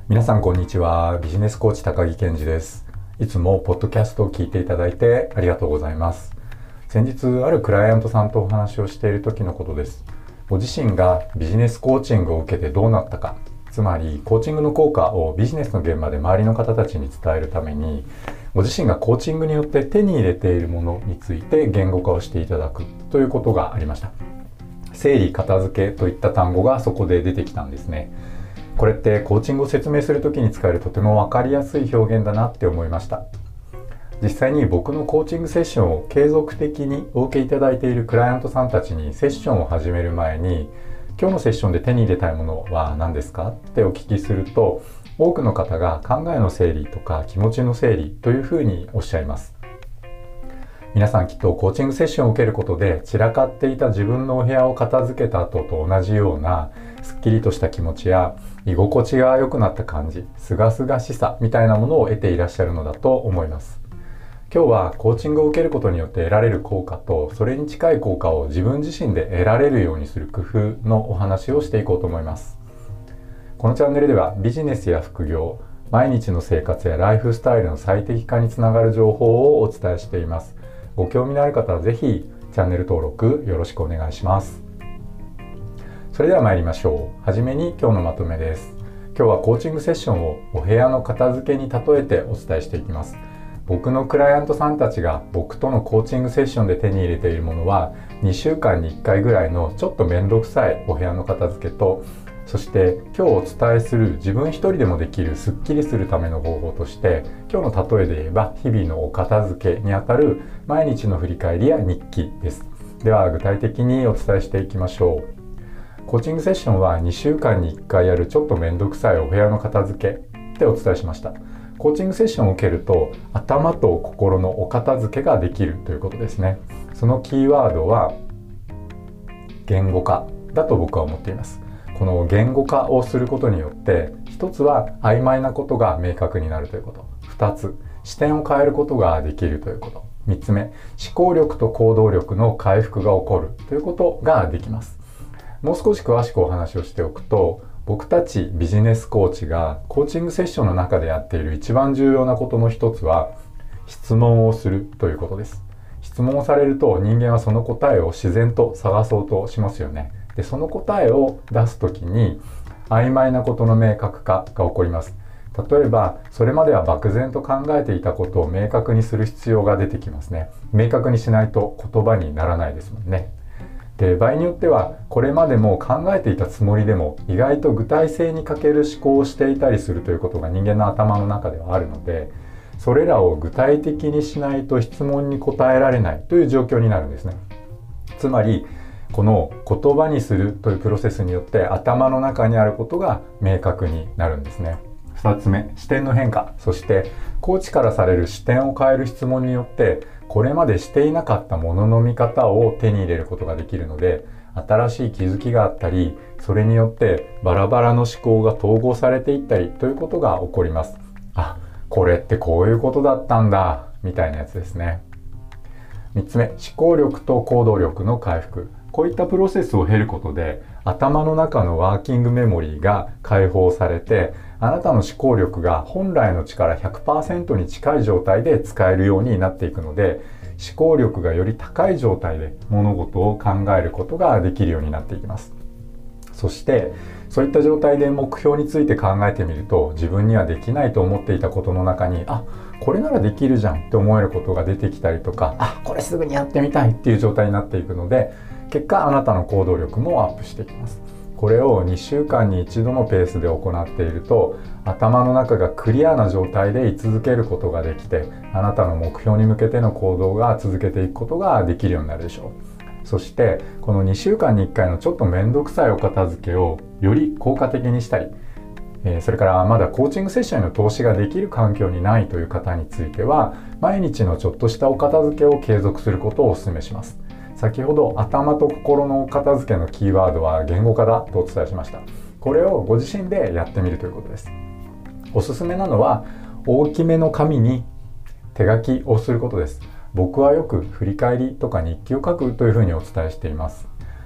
皆さんこんにちは。ビジネスコーチ高木健二です。いつもポッドキャストを聞いていただいてありがとうございます。先日あるクライアントさんとお話をしている時のことです。ご自身がビジネスコーチングを受けてどうなったか、つまりコーチングの効果をビジネスの現場で周りの方たちに伝えるために、ご自身がコーチングによって手に入れているものについて言語化をしていただくということがありました。整理片付けといった単語がそこで出てきたんですね。これってコーチングを説明するときに使えるとても分かりやすい表現だなって思いました。実際に僕のコーチングセッションを継続的にお受けいただいているクライアントさんたちにセッションを始める前に、今日のセッションで手に入れたいものは何ですかってお聞きすると、多くの方が考えの整理とか気持ちの整理というふうにおっしゃいます。皆さんきっとコーチングセッションを受けることで散らかっていた自分のお部屋を片付けた後と同じようなすっきりとした気持ちや居心地が良くなった感じ、すがすがしさみたいなものを得ていらっしゃるのだと思います。今日はコーチングを受けることによって得られる効果とそれに近い効果を自分自身で得られるようにする工夫のお話をしていこうと思います。このチャンネルではビジネスや副業、毎日の生活やライフスタイルの最適化につながる情報をお伝えしています。ご興味のある方はぜひチャンネル登録よろしくお願いします。それでは参りましょう。はじめに今日のまとめです。今日はコーチングセッションをお部屋の片付けに例えてお伝えしていきます。僕のクライアントさんたちが僕とのコーチングセッションで手に入れているものは、2週間に1回ぐらいのちょっとめんどくさいお部屋の片付けと、そして今日お伝えする自分一人でもできるスッキリするための方法として、今日の例えで言えば日々のお片付けにあたる毎日の振り返りや日記です。では具体的にお伝えしていきましょう。コーチングセッションは2週間に1回やるちょっとめんどくさいお部屋の片付けってお伝えしました。コーチングセッションを受けると頭と心のお片付けができるということですね。そのキーワードは言語化だと僕は思っています。この言語化をすることによって一つは曖昧なことが明確になるということ、二つ視点を変えることができるということ、三つ目思考力と行動力の回復が起こるということができます。もう少し詳しくお話をしておくと、僕たちビジネスコーチがコーチングセッションの中でやっている一番重要なことの一つは質問をするということです。質問をされると人間はその答えを自然と探そうとしますよね。で、その答えを出すときに曖昧なことの明確化が起こります。例えばそれまでは漠然と考えていたことを明確にする必要が出てきますね。明確にしないと言葉にならないですもんね。で、場合によってはこれまでも考えていたつもりでも意外と具体性に欠ける思考をしていたりするということが人間の頭の中ではあるので、それらを具体的にしないと質問に答えられないという状況になるんですね。つまりこの言葉にするというプロセスによって頭の中にあることが明確になるんですね。2つ目、視点の変化。そしてコーチからされる視点を変える質問によってこれまでしていなかったものの見方を手に入れることができるので、新しい気づきがあったり、それによってバラバラの思考が統合されていったりということが起こります。あ、これってこういうことだったんだみたいなやつですね。3つ目、思考力と行動力の回復。こういったプロセスを経ることで頭の中のワーキングメモリーが解放されて、あなたの思考力が本来の力 100% に近い状態で使えるようになっていくので、思考力がより高い状態で物事を考えることができるようになっていきます。そしてそういった状態で目標について考えてみると、自分にはできないと思っていたことの中に、これならできるじゃんって思えることが出てきたりとか、これすぐにやってみたいっていう状態になっていくので、結果あなたの行動力もアップしていきます。これを2週間に1度のペースで行っていると、頭の中がクリアな状態で居続けることができて、あなたの目標に向けての行動が続けていくことができるようになるでしょう。そしてこの2週間に1回のちょっとめんどくさいお片付けをより効果的にしたり、それからまだコーチングセッションへの投資ができる環境にないという方については、毎日のちょっとしたお片付けを継続することをお勧めします。先ほど頭と心のお片付けのキーワードは言語化だとお伝えしました。これをご自身でやってみるということです。おすすめなのは大きめの紙に手書きをすることです。僕はよく振り返りとか日記を書くというふうにお伝えしています。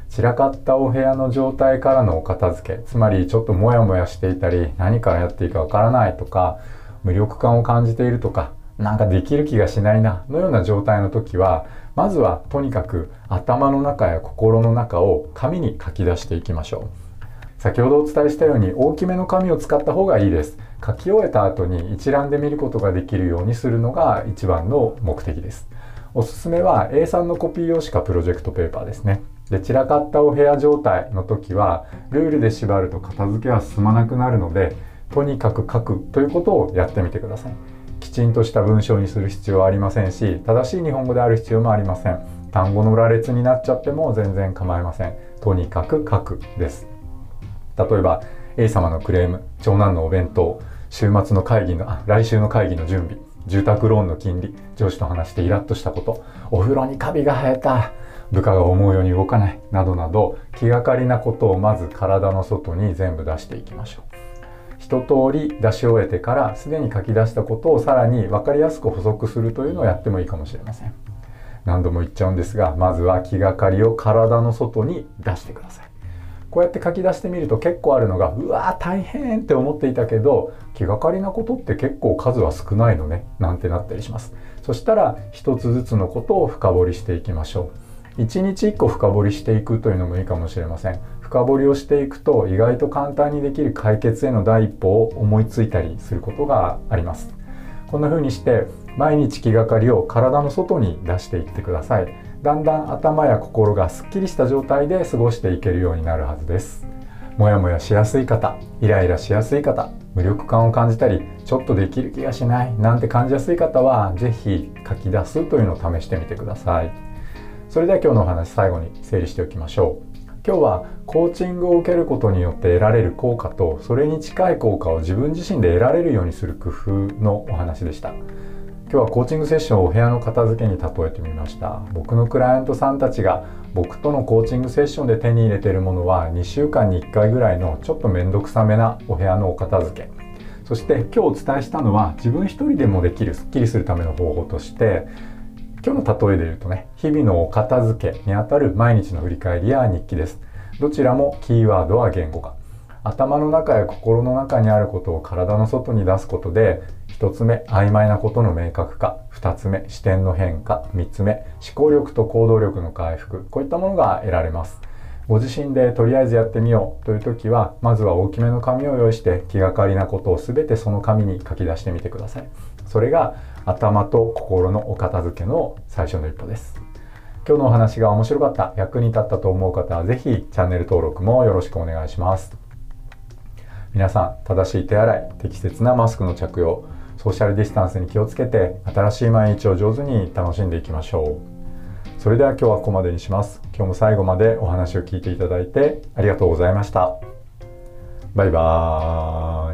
散らかったお部屋の状態からのお片付け、つまりちょっとモヤモヤしていたり、何からやっていいかわからないとか、無力感を感じているとか、なんかできる気がしないなのような状態の時は、まずはとにかく頭の中や心の中を紙に書き出していきましょう。先ほどお伝えしたように大きめの紙を使った方がいいです。書き終えた後に一覧で見ることができるようにするのが一番の目的です。おすすめは A3 のコピー用紙かプロジェクトペーパーですね。で、散らかったお部屋状態の時はルールで縛ると片付けは進まなくなるので、とにかく書くということをやってみてください。きちんとした文章にする必要はありませんし、正しい日本語である必要もありません。単語の羅列になっちゃっても全然構いません。とにかく書くです。例えば A 様のクレーム、長男のお弁当、来週の会議の準備、住宅ローンの金利、上司と話してイラッとしたこと、お風呂にカビが生えた、部下が思うように動かない、などなど気がかりなことをまず体の外に全部出していきましょう。一通り出し終えてからすでに書き出したことをさらに分かりやすく補足するというのをやってもいいかもしれません。何度も言っちゃうんですが、まずは気がかりを体の外に出してください。こうやって書き出してみると結構あるのが、うわー大変って思っていたけど気がかりなことって結構数は少ないのねなんてなったりします。そしたら一つずつのことを深掘りしていきましょう。一日一個深掘りしていくというのもいいかもしれません。深掘りをしていくと意外と簡単にできる解決への第一歩を思いついたりすることがあります。こんな風にして毎日気がかりを体の外に出していってください。だんだん頭や心がすっきりした状態で過ごしていけるようになるはずです。もやもやしやすい方、イライラしやすい方、無力感を感じたりちょっとできる気がしないなんて感じやすい方はぜひ書き出すというのを試してみてください。それでは今日のお話、最後に整理しておきましょう。今日はコーチングを受けることによって得られる効果とそれに近い効果を自分自身で得られるようにする工夫のお話でした。今日はコーチングセッションをお部屋の片付けに例えてみました。僕のクライアントさんたちが僕とのコーチングセッションで手に入れているものは2週間に1回ぐらいのちょっとめんどくさめなお部屋のお片付け、そして今日お伝えしたのは自分一人でもできるスッキリするための方法として、今日の例えで言うとね、日々のお片付けにあたる毎日の振り返りや日記です。どちらもキーワードは言語化。頭の中や心の中にあることを体の外に出すことで、1つ目、曖昧なことの明確化、2つ目、視点の変化、3つ目、思考力と行動力の回復、こういったものが得られます。ご自身でとりあえずやってみようという時は、まずは大きめの紙を用意して気がかりなことを全てその紙に書き出してみてください。それが頭と心のお片付けの最初の一歩です。今日のお話が面白かった、役に立ったと思う方はぜひチャンネル登録もよろしくお願いします。皆さん、正しい手洗い、適切なマスクの着用、ソーシャルディスタンスに気をつけて新しい毎日を上手に楽しんでいきましょう。それでは今日はここまでにします。今日も最後までお話を聞いていただいてありがとうございました。バイバーイ。